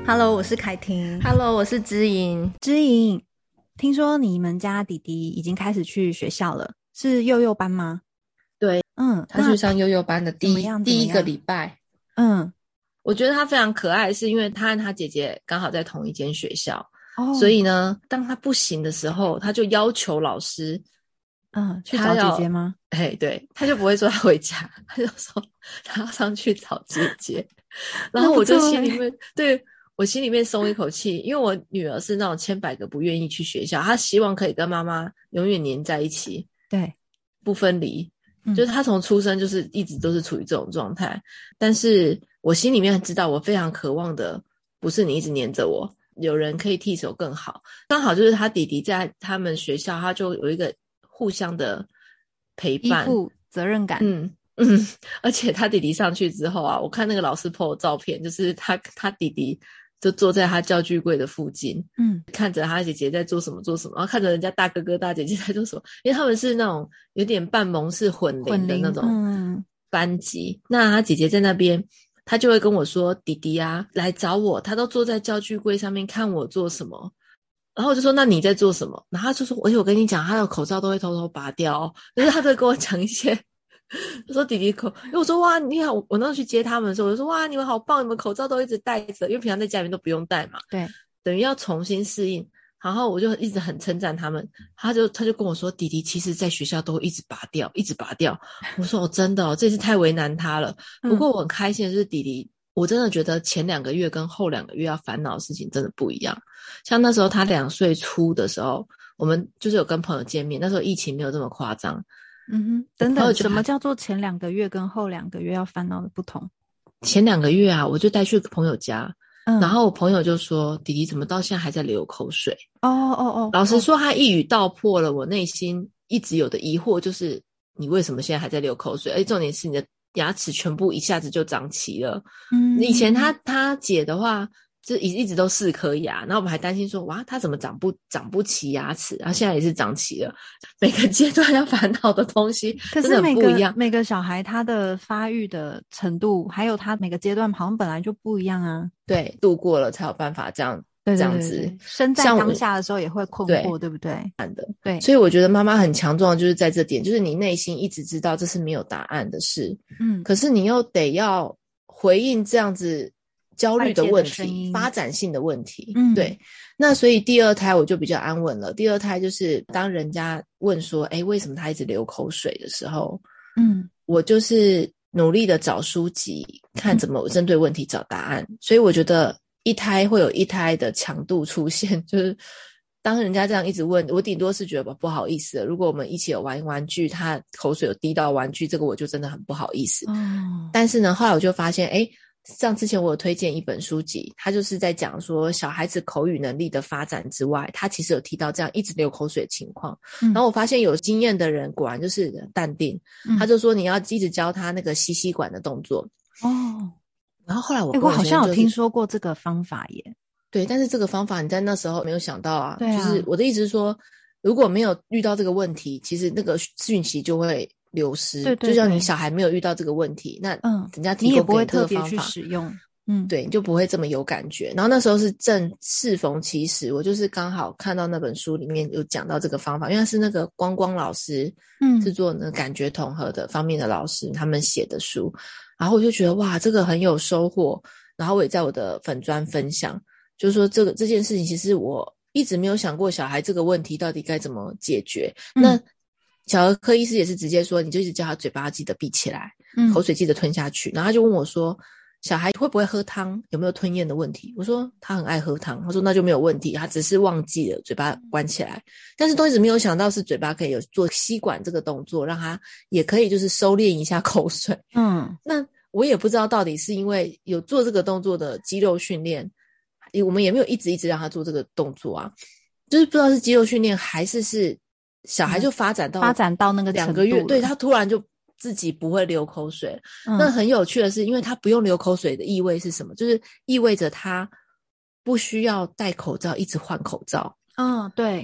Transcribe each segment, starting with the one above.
Hello，我是凯婷。 Hello，我是知莹。 知莹，听说你们家弟弟已经开始去学校了，是幼幼班吗？ 对，他去上幼幼班的第一个礼拜。我觉得他非常可爱，是因为他和他姐姐刚好在同一间学校，所以呢，当他不行的时候，他就要求老师， 去找姐姐吗？ 对，他就不会说他回家，他就说他要上去找姐姐。然后我就心里面，我心里面松一口气，因为我女儿是那种千百个不愿意去学校，她希望可以跟妈妈永远黏在一起， 对， 不分离。就是她从出生就是一直都是处于这种状态，但是我心里面知道，我非常渴望的不是你一直黏着我，有人可以替手更好。刚好就是他弟弟在他们学校，他就有一个互相的陪伴， 依附责任感。 而且他弟弟上去之后啊，我看那个老师 po 的照片，就是他弟弟就坐在他教具柜的附近，看着他姐姐在做什么，然后看着人家大哥哥大姐姐在做什么，因为他们是那种有点半蒙氏混龄的那种班级。那他姐姐在那边，他就会跟我说：“弟弟啊，来找我，他都坐在教具柜上面看我做什么。”然后我就说：“那你在做什么？”然后他就说：“而且我跟你讲，他的口罩都会偷偷拔掉哦。”就是他都会跟我讲一些。他说弟弟因为我说哇你好，我那时候去接他们的时候，我就说哇你们好棒，你们口罩都一直戴着，因为平常在家里面都不用戴嘛， 对， 等于要重新适应。然后我就一直很称赞他们，他就跟我说弟弟其实在学校都会一直拔掉。我说真的这次太为难他了。不过我很开心的是弟弟，我真的觉得前2个月跟后2个月要烦恼的事情真的不一样。像那时候他2岁初的时候，我们就是有跟朋友见面，那时候疫情没有这么夸张。 等等，什么叫做前2个月跟后2个月要烦恼的不同？ 前2个月啊，我就带去朋友家，然后我朋友就说弟弟怎么到现在还在流口水。老实说他一语道破了我内心一直有的疑惑，就是你为什么现在还在流口水，而且重点是你的牙齿全部一下子就长齐了。以前他姐的话就一直都4颗牙，然后我们还担心说哇他怎么长不齐牙齿，然后现在也是长齐了。每个阶段要烦恼的东西真的很不一样。 每个小孩他的发育的程度还有他每个阶段好像本来就不一样啊。 对，度过了才有办法这样子。 身在当下的时候也会困惑，对不对？对， 所以我觉得妈妈很强壮的就是在这点，就是你内心一直知道这是没有答案的事，可是你又得要回应这样子焦虑的问题，发展性的问题。对。那所以第2胎我就比较安稳了。第2胎就是当人家问说为什么他一直流口水的时候，我就是努力的找书籍，看怎么针对问题找答案。所以我觉得1胎会有1胎的强度出现，就是当人家这样一直问，我顶多是觉得不好意思了。如果我们一起有玩玩具，他口水有滴到玩具，这个我就真的很不好意思。但是呢，后来我就发现像之前我有推荐一本书籍，他就是在讲说小孩子口语能力的发展之外，他其实有提到这样一直流口水的情况。然后我发现有经验的人果然就是淡定，他就说你要一直教他那个吸吸管的动作。然后后来我好像有听说过这个方法耶。 对，但是这个方法你在那时候没有想到啊。就是我的意思是说，如果没有遇到这个问题，其实那个讯息就会流失。就像你小孩没有遇到这个问题，那人家提供给你这个方法， 你也不会特别去使用。 对，你就不会这么有感觉。然后那时候是正适逢其时，我就是刚好看到那本书里面有讲到这个方法，因为他是那个光老师，是做那个感觉统合的方面的老师，他们写的书。然后我就觉得哇，这个很有收获。然后我也在我的粉专分享，就是说这件事情其实我一直没有想过小孩这个问题到底该怎么解决。那小儿科医师也是直接说，你就一直叫他嘴巴记得闭起来，口水记得吞下去。然后他就问我说小孩会不会喝汤，有没有吞咽的问题。我说他很爱喝汤，他说那就没有问题，他只是忘记了嘴巴关起来。但是都一直没有想到是嘴巴可以有做吸管这个动作，让他也可以就是收敛一下口水。那我也不知道到底是因为有做这个动作的肌肉训练，我们也没有一直让他做这个动作啊，就是不知道是肌肉训练还是小孩就发展到那个 2个月，对，他突然就自己不会流口水。那很有趣的是，因为他不用流口水的意味是什么？就是意味着他不需要戴口罩一直换口罩。 对，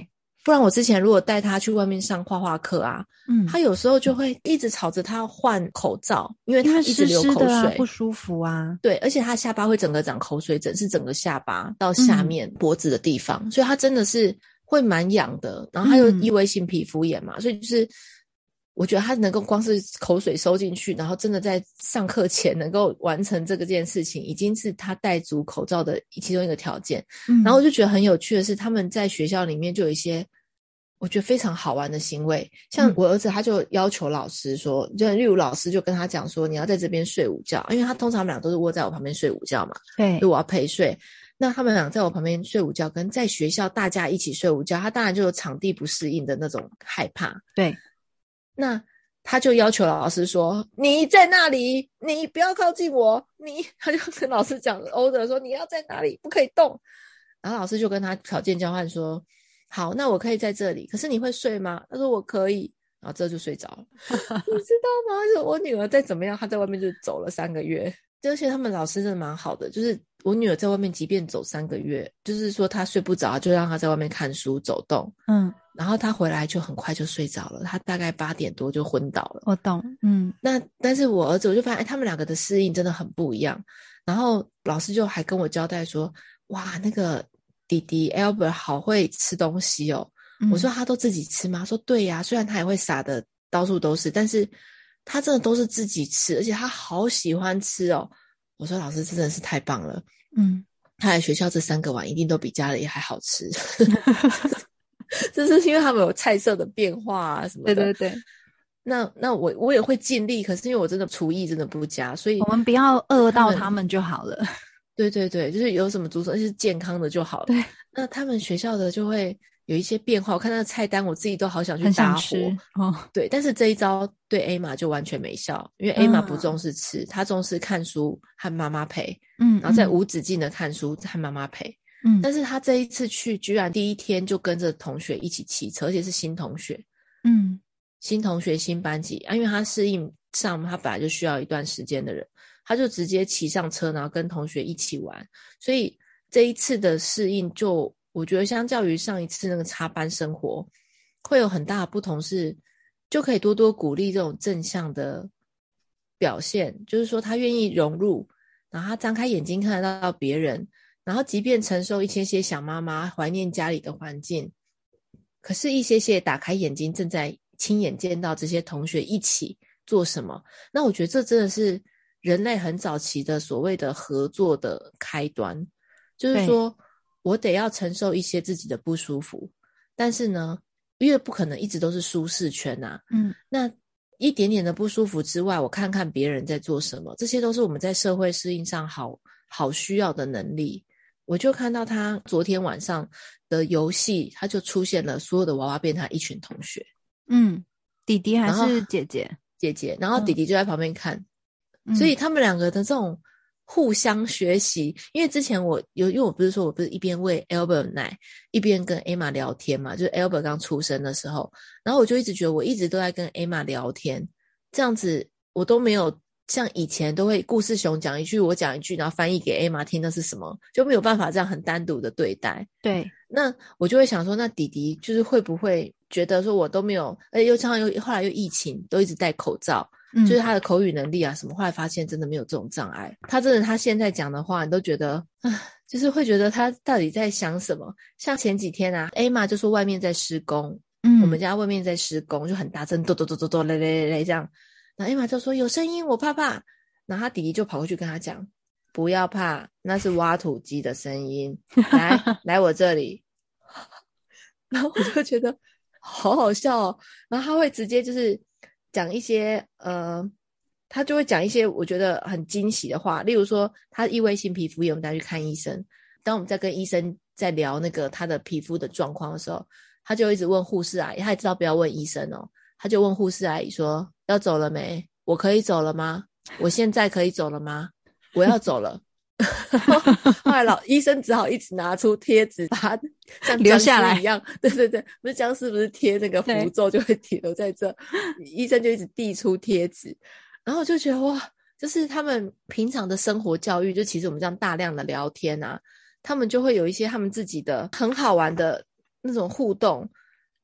不然我之前如果带他去外面上画画课啊，他有时候就会一直吵着他换口罩，因为他一直流口水， 湿湿的啊，不舒服啊。 对，而且他下巴会整个长口水疹，是整个下巴到下面脖子的地方，所以他真的是会蛮痒的。然后他有异位性皮肤炎嘛，所以就是我觉得他能够光是口水收进去，然后真的在上课前能够完成这个件事情，已经是他戴足口罩的其中一个条件。然后我就觉得很有趣的是，他们在学校里面就有一些我觉得非常好玩的行为，像我儿子他就要求老师说，就例如老师就跟他讲说，你要在这边睡午觉，因为他通常他们俩都是窝在我旁边睡午觉嘛， 对， 所以我要陪睡。那他们俩在我旁边睡午觉，跟在学校大家一起睡午觉，他当然就有场地不适应的那种害怕。 对， 那他就要求老师说，你在那里，你不要靠近我，他就跟老师讲 order 说，你要在哪里，不可以动。然后老师就跟他条件交换说，好，那我可以在这里，可是你会睡吗？他说我可以，然后这就睡着了。你知道吗？就是我女儿再怎么样，她在外面就走了3个月，而且他们老师真的蛮好的，就是我女儿在外面即便走3个月，就是说她睡不着，就让她在外面看书走动，然后她回来就很快就睡着了，她大概8点多就昏倒了。 我懂， 那但是我儿子我就发现，他们两个的适应真的很不一样。然后老师就还跟我交代说，哇，那个弟弟 Albert 好会吃东西哦。我说他都自己吃吗？说对呀，虽然他也会撒的到处都是，但是他真的都是自己吃，而且他好喜欢吃哦。我说老师真的是太棒了，他来学校这3个碗一定都比家里还好吃。这是因为他们有菜色的变化啊什么的。 对对对。 那我也会尽力，可是因为我真的厨艺真的不佳，所以我们不要饿到他们就好了。 对对对，就是有什么煮什么，就是健康的就好了。 对， 那他们学校的就会有一些变化，我看那个菜单，我自己都好想去搭伙。对，但是这一招对 A 玛就完全没效，因为 A 玛不重视吃，她重视看书和妈妈陪，然后再无止境的看书和妈妈陪。但是他这一次去，居然第一天就跟着同学一起骑车，而且是新同学。新同学新班级因为他适应上他本来就需要一段时间的人，他就直接骑上车，然后跟同学一起玩。所以这一次的适应就我觉得相较于上一次那个插班生活会有很大的不同，是就可以多多鼓励这种正向的表现，就是说他愿意融入，然后他张开眼睛看得到别人，然后即便承受一些些想妈妈怀念家里的环境，可是一些些打开眼睛正在亲眼见到这些同学一起做什么。那我觉得这真的是人类很早期的所谓的合作的开端，就是说我得要承受一些自己的不舒服，但是呢因为不可能一直都是舒适圈啊，那一点点的不舒服之外，我看看别人在做什么，这些都是我们在社会适应上好需要的能力。我就看到他昨天晚上的游戏，他就出现了所有的娃娃变他一群同学， 弟弟还是姐姐？ 姐姐，然后弟弟就在旁边看，所以他们两个的这种互相学习。因为之前因为我不是一边喂 Albert 奶一边跟 Emma 聊天嘛，就是 Albert 刚出生的时候，然后我就一直觉得我一直都在跟 Emma 聊天，这样子我都没有像以前都会故事熊讲一句我讲一句，然后翻译给 Emma 听的是什么，就没有办法这样很单独的对待。 对， 那我就会想说，那弟弟就是会不会觉得说我都没有，而且又常常后来又疫情都一直戴口罩，就是他的口语能力啊什么，后来发现真的没有这种障碍。他真的他现在讲的话你都觉得就是会觉得他到底在想什么。像前几天啊 Emma 就说外面在施工，我们家外面在施工，就很大声咚咚咚咚咚嘞嘞嘞这样，然后 Emma 就说有声音我怕，然后他弟弟就跑过去跟他讲不要怕，那是挖土机的声音，来我这里。然后我就觉得好好笑哦。然后他会直接就是讲一些他就会讲一些我觉得很惊喜的话，例如说他异位性皮肤炎，我们带他去看医生，当我们在跟医生在聊那个他的皮肤的状况的时候，他就一直问护士阿姨，他也知道不要问医生哦，他就问护士阿姨说要走了没？我可以走了吗？我现在可以走了吗？我要走了。后来医生只好一直拿出贴纸把它像留下来一样，对对对，不是僵尸不是贴那个符咒就会留在这，医生就一直递出贴纸。然后我就觉得哇，就是他们平常的生活教育，就其实我们这样大量的聊天啊，他们就会有一些他们自己的很好玩的那种互动。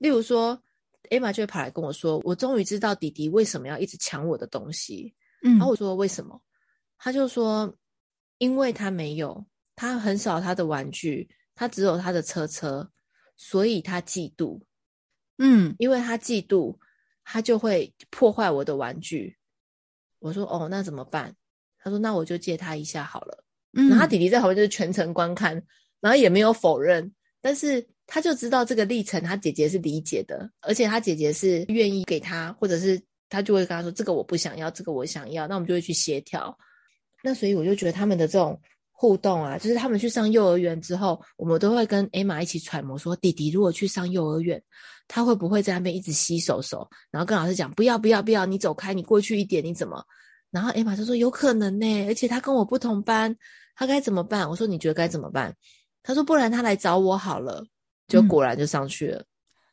例如说 Emma 就会跑来跟我说，我终于知道弟弟为什么要一直抢我的东西。然后我说为什么？他就说因为他没有，他很少他的玩具，他只有他的车，所以他嫉妒。因为他嫉妒，他就会破坏我的玩具。我说哦，那怎么办？他说那我就借他一下好了。然后他弟弟在旁边就是全程观看，然后也没有否认，但是他就知道这个历程他姐姐是理解的，而且他姐姐是愿意给他，或者是他就会跟他说这个我不想要，这个我想要，那我们就会去协调。那所以我就觉得他们的这种互动啊，就是他们去上幼儿园之后，我们都会跟 Emma 一起揣摩说，弟弟如果去上幼儿园，他会不会在那边一直吸手手，然后跟老师讲不要，你走开，你过去一点，你怎么？然后 Emma 就说有可能欸，而且他跟我不同班，他该怎么办？我说你觉得该怎么办？他说不然他来找我好了，就果然就上去了。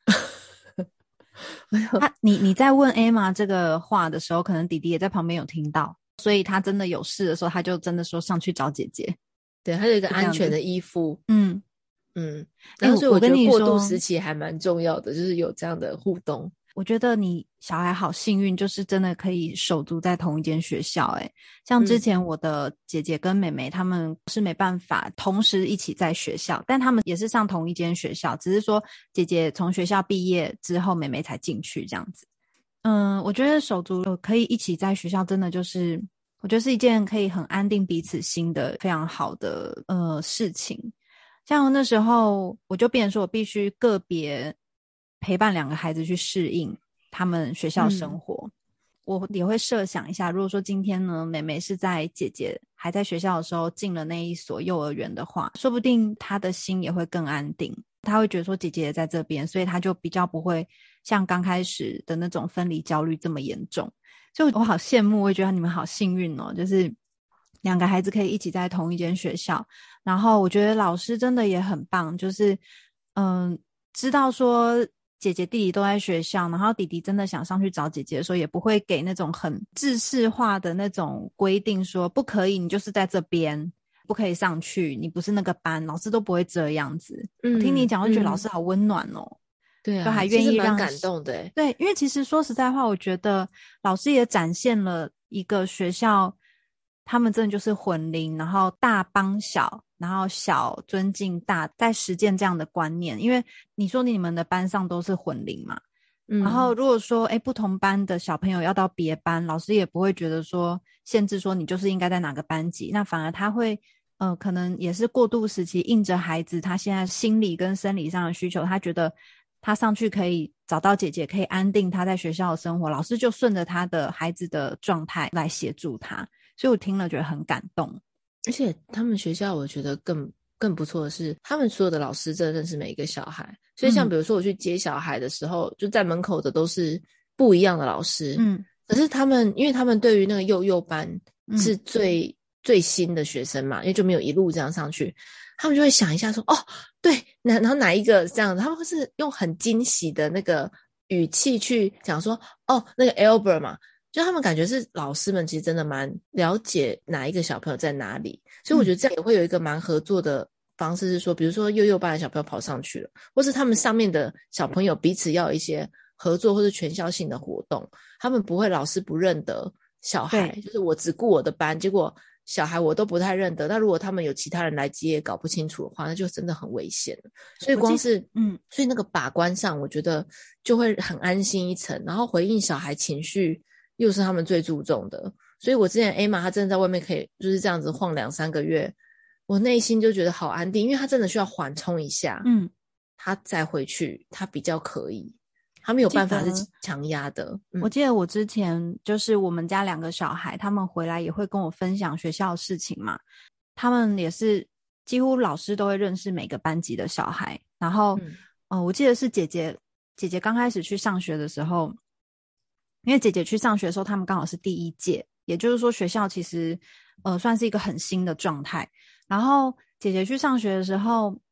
你在问 Emma 这个话的时候，可能弟弟也在旁边有听到，所以他真的有事的时候，他就真的说上去找姐姐。 对，他有一个安全的依附。然后所以我觉得过渡时期还蛮重要的，就是有这样的互动。 我觉得你小孩好幸运，就是真的可以手足在同一间学校。像之前我的姐姐跟妹妹他们是没办法同时一起在学校，但他们也是上同一间学校，只是说姐姐从学校毕业之后妹妹才进去这样子。我觉得手足可以一起在学校，真的就是我觉得是一件可以很安定彼此心的非常好的事情。像那时候我就变成说我必须个别陪伴2个孩子去适应他们学校生活。我也会设想一下，如果说今天呢妹妹是在姐姐还在学校的时候进了那一所幼儿园的话，说不定她的心也会更安定，她会觉得说姐姐也在这边，所以她就比较不会像刚开始的那种分离焦虑这么严重。所以我好羡慕，我也觉得你们好幸运哦，就是2个孩子可以一起在同一间学校。然后我觉得老师真的也很棒，就是知道说姐姐弟弟都在学校，然后弟弟真的想上去找姐姐的时候，也不会给那种很制式化的那种规定说不可以，你就是在这边不可以上去，你不是那个班，老师都不会这样子。我听你讲就觉得老师好温暖哦。 对啊， 就还愿意让， 其实蛮感动的耶。 对，因为其实说实在话，我觉得老师也展现了一个学校他们真的就是混龄，然后大帮小，然后小尊敬大，在实践这样的观念。因为你说你们的班上都是混龄嘛，然后如果说不同班的小朋友要到别班，老师也不会觉得说限制说你就是应该在哪个班级，那反而他会可能也是过渡时期应着孩子他现在心理跟生理上的需求，他觉得他上去可以找到姐姐，可以安定他在学校的生活，老师就顺着他的孩子的状态来协助他。所以我听了觉得很感动。 而且他们学校我觉得更不错的是，他们所有的老师真的认识每一个小孩，所以像比如说我去接小孩的时候，就在门口的都是不一样的老师。可是他们因为他们对于那个幼班是最新的学生嘛，因为就没有一路这样上去，他们就会想一下说对，然后哪一个这样子，他们会是用很惊喜的那个语气去讲说那个 Albert 嘛，就他们感觉是老师们其实真的蛮了解哪一个小朋友在哪里，所以我觉得这样也会有一个蛮合作的方式，是说比如说幼班的小朋友跑上去了，或是他们上面的小朋友彼此要有一些合作或是全校性的活动，他们不会老师不认得小孩，就是我只顾我的班，结果小孩我都不太认得，那如果他们有其他人来接搞不清楚的话，那就真的很危险了。所以光是所以那个把关上我觉得就会很安心一层，然后回应小孩情绪又是他们最注重的。所以我之前 Emma 她真的在外面可以就是这样子晃2-3个月，我内心就觉得好安定，因为她真的需要缓冲一下，她再回去她比较可以，他没有办法是强压的。 我记得我之前就是我们家2个小孩，他们回来也会跟我分享学校的事情嘛，他们也是几乎老师都会认识每个班级的小孩。然后我记得是姐姐刚开始去上学的时候，因为姐姐去上学的时候他们刚好是第1届，也就是说学校其实算是一个很新的状态。然后姐姐去上学的时候，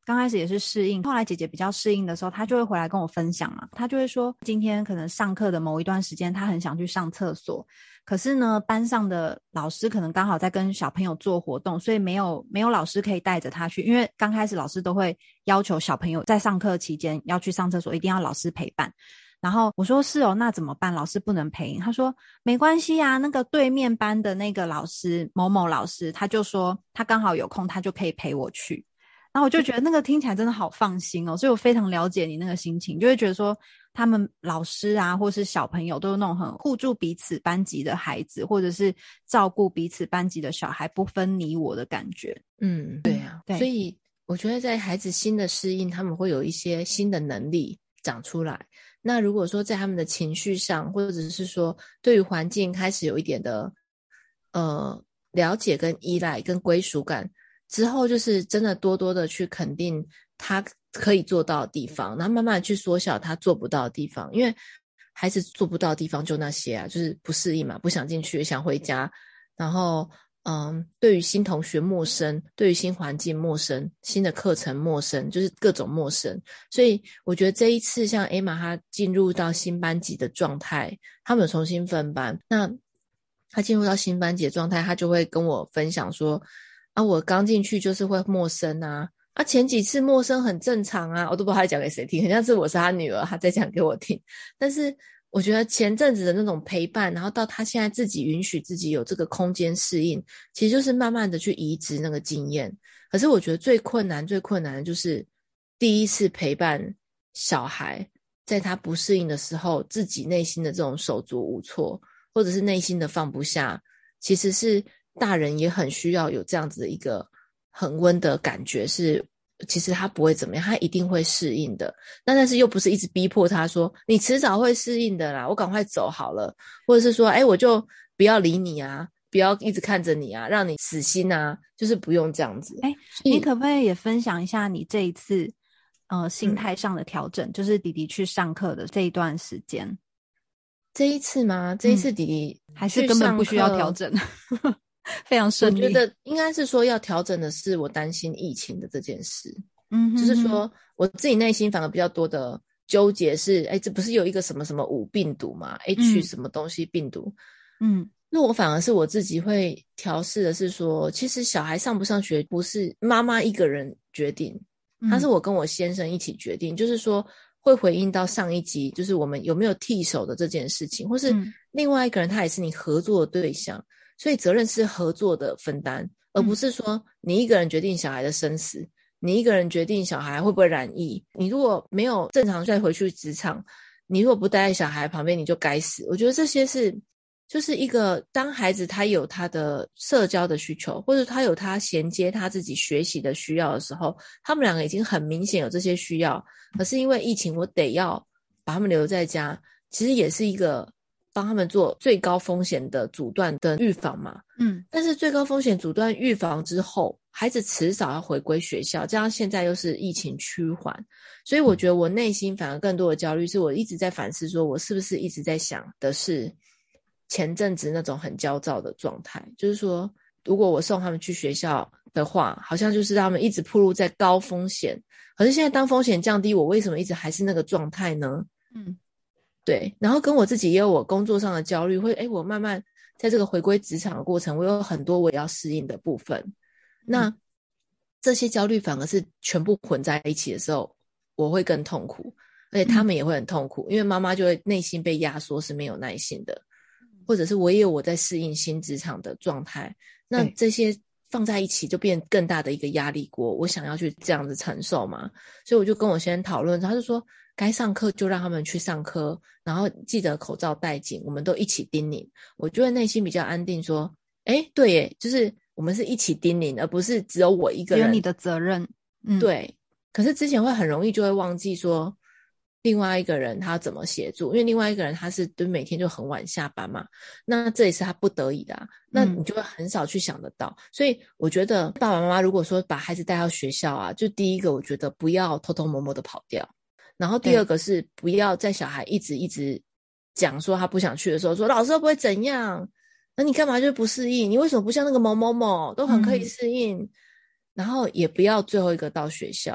刚开始也是适应，后来姐姐比较适应的时候，她就会回来跟我分享嘛，她就会说今天可能上课的某一段时间她很想去上厕所，可是呢班上的老师可能刚好在跟小朋友做活动，所以没有老师可以带着她去，因为刚开始老师都会要求小朋友在上课期间要去上厕所一定要老师陪伴。然后我说是哦，那怎么办？老师不能陪。他说没关系啊，那个对面班的那个老师某某老师，他就说他刚好有空，他就可以陪我去。然后我就觉得那个听起来真的好放心哦，所以我非常了解你那个心情，就会觉得说他们老师啊，或是小朋友都是那种很互助彼此班级的孩子，或者是照顾彼此班级的小孩，不分你我的感觉。 对啊， 对， 所以我觉得在孩子新的适应，他们会有一些新的能力长出来。那如果说在他们的情绪上，或者是说对于环境开始有一点的了解跟依赖跟归属感之后，就是真的多多的去肯定他可以做到的地方，然后慢慢的去缩小他做不到的地方。因为孩子做不到的地方就那些啊，就是不适应嘛，不想进去，想回家，然后对于新同学陌生，对于新环境陌生，新的课程陌生，就是各种陌生。所以我觉得这一次像 Emma 她进入到新班级的状态，他们有重新分班，那她进入到新班级的状态，她就会跟我分享说啊，我刚进去就是会陌生啊，前几次陌生很正常啊，我都不知道她讲给谁听，很像是我是她女儿，她在讲给我听。但是我觉得前阵子的那种陪伴，然后到他现在自己允许自己有这个空间适应，其实就是慢慢的去移植那个经验。可是我觉得最困难的就是第一次陪伴小孩，在他不适应的时候，自己内心的这种手足无措，或者是内心的放不下，其实是大人也很需要有这样子的一个很温的感觉，是其实他不会怎么样，他一定会适应的。但是又不是一直逼迫他说你迟早会适应的啦，我赶快走好了，或者是说我就不要理你啊，不要一直看着你啊，让你死心啊，就是不用这样子。 你可不可以也分享一下你这一次心态上的调整，就是弟弟去上课的这一段时间？ 这一次吗？这一次弟弟还是根本不需要调整非常顺利。 我觉得应该是说要调整的是我担心疫情的这件事。就是说我自己内心反而比较多的纠结是这不是有一个什么什么5病毒嘛，H 什么东西病毒。那我反而是我自己会调试的是说，其实小孩上不上学不是妈妈一个人决定，他是我跟我先生一起决定。就是说会回应到上一集，就是我们有没有替手的这件事情，或是另外一个人他也是你合作的对象，所以责任是合作的分担，而不是说你一个人决定小孩的生死，你一个人决定小孩会不会染疫。你如果没有正常再回去职场，你如果不待在小孩旁边，你就该死。我觉得这些是就是一个当孩子他有他的社交的需求，或者他有他衔接他自己学习的需要的时候，他们两个已经很明显有这些需要，可是因为疫情我得要把他们留在家，其实也是一个帮他们做最高风险的阻断的预防嘛。但是最高风险阻断预防之后，孩子迟早要回归学校，这样现在又是疫情趋缓，所以我觉得我内心反而更多的焦虑是我一直在反思说我是不是一直在想的是前阵子那种很焦躁的状态，就是说如果我送他们去学校的话，好像就是他们一直暴露在高风险，可是现在当风险降低，我为什么一直还是那个状态呢？对，然后跟我自己也有我工作上的焦虑，会我慢慢在这个回归职场的过程，我有很多我也要适应的部分，那这些焦虑反而是全部混在一起的时候，我会更痛苦，而且他们也会很痛苦，因为妈妈就会内心被压缩，是没有耐心的，或者是我也有我在适应新职场的状态，那这些放在一起就变更大的一个压力锅，我想要去这样子承受嘛。所以我就跟我先生讨论，他就说该上课就让他们去上课，然后记得口罩戴紧，我们都一起叮咛。我就会内心比较安定说对耶，就是我们是一起叮咛，而不是只有我一个人， 只有你的责任。 对，可是之前会很容易就会忘记说另外一个人他怎么协助，因为另外一个人他是每天就很晚下班嘛，那这也是他不得已的啊，那你就会很少去想得到。所以我觉得爸爸妈妈如果说把孩子带到学校啊，就第一个我觉得不要偷偷摸摸的跑掉，然后第二个是不要在小孩一直讲说他不想去的时候说老师会不会怎样，那你干嘛就不适应，你为什么不像那个某某某都很可以适应，然后也不要最后一个到学校，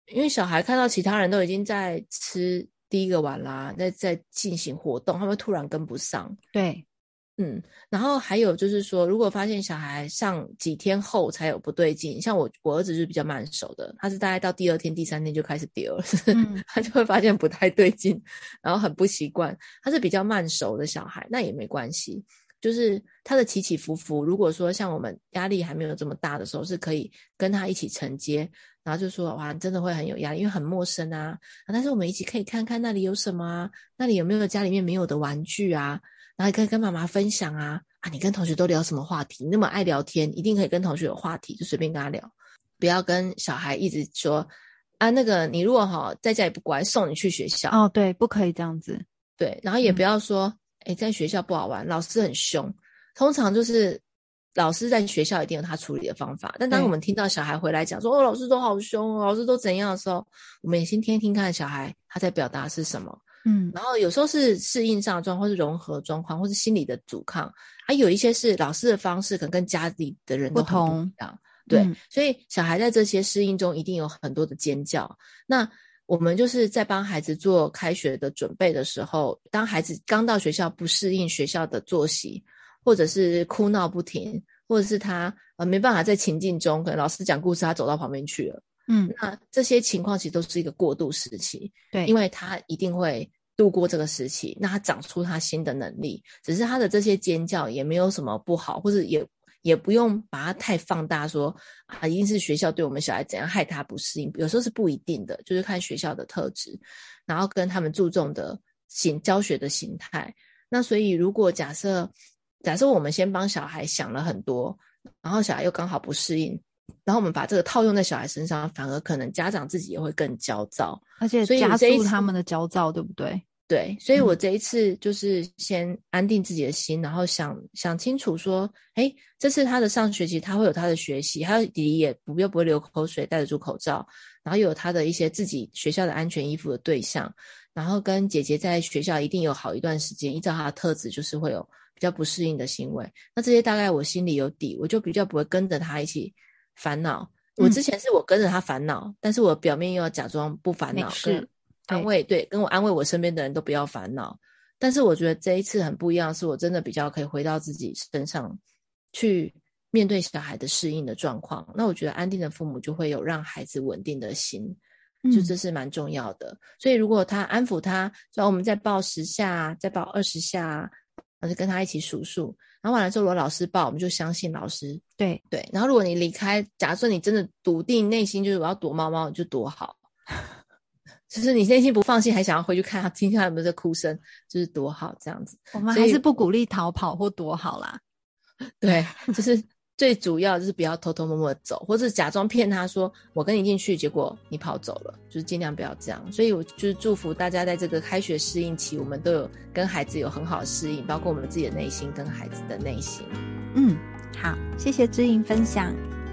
因为小孩看到其他人都已经在吃第一个碗啦，在进行活动，他们突然跟不上。 对， 然后还有就是说，如果发现小孩上几天后才有不对劲，像我儿子就是比较慢熟的，他是大概到第2天第3天就开始丢了，他就会发现不太对劲，然后很不习惯。他是比较慢熟的小孩，那也没关系，就是他的起起伏伏，如果说像我们压力还没有这么大的时候，是可以跟他一起承接，然后就说哇，真的会很有压力，因为很陌生啊，但是我们一起可以看看那里有什么啊，那里有没有家里面没有的玩具啊，然后可以跟妈妈分享啊，你跟同学都聊什么话题？你那么爱聊天，一定可以跟同学有话题，就随便跟他聊，不要跟小孩一直说啊，那个你如果在家里不乖，送你去学校。 哦，对，不可以这样子。 对，然后也不要说在学校不好玩，老师很凶。通常就是老师在学校一定有他处理的方法，但当我们听到小孩回来讲说老师都好凶，老师都怎样的时候，我们也先听听看小孩他在表达是什么。然后有时候是适应上的状况，或是融合状况，或是心理的阻抗，有一些是老师的方式可能跟家里的人都很不一样。对，所以小孩在这些适应中一定有很多的尖叫。那我们就是在帮孩子做开学的准备的时候，当孩子刚到学校不适应学校的作息，或者是哭闹不停，或者是他没办法在情境中，可能老师讲故事他走到旁边去了，那这些情况其实都是一个过渡时期。对，因为他一定会度过这个时期，那他长出他新的能力，只是他的这些尖叫也没有什么不好，或者也不用把它太放大说一定是学校对我们小孩怎样害他不适应，有时候是不一定的，就是看学校的特质，然后跟他们注重的教学的形态。那所以如果假设我们先帮小孩想了很多，然后小孩又刚好不适应，然后我们把这个套用在小孩身上，反而可能家长自己也会更焦躁， 而且加速他们的焦躁，对不对？ 对，所以我这一次就是先安定自己的心，然后想清楚说，这次他的上学期他会有他的学习，还有弟弟也不会流口水，戴得住口罩，然后有他的一些自己学校的安全依附的对象，然后跟姐姐在学校一定有好一段时间，依照他的特质就是会有比较不适应的行为，那这些大概我心里有底，我就比较不会跟着他一起烦恼。我之前是我跟着他烦恼，但是我表面又要假装不烦恼，跟安慰，对，跟我安慰我身边的人都不要烦恼。但是我觉得这一次很不一样，是我真的比较可以回到自己身上去面对小孩的适应的状况。那我觉得安定的父母就会有让孩子稳定的心，就这是蛮重要的。所以如果他安抚他，所以我们再抱10下，再抱20下，然后就跟他一起数数，然后完了之后如果老师抱，我们就相信老师。对，然后如果你离开，假设你真的笃定内心就是我要躲猫猫，你就躲好。就是你内心不放心，还想要回去看他，听听他有没有在哭声，就是躲好这样子。 我们还是不鼓励逃跑或躲好啦。 对，就是最主要就是不要偷偷摸摸的走，或者假装骗他说我跟你进去，结果你跑走了，就是尽量不要这样。所以我就是祝福大家在这个开学适应期，我们都有跟孩子有很好的适应，包括我们自己的内心跟孩子的内心。 好，谢谢知莹分享。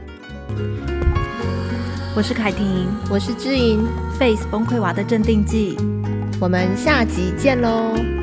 我是凯婷， 我是知莹， Face 崩溃娃的镇定剂， 我们下集见咯。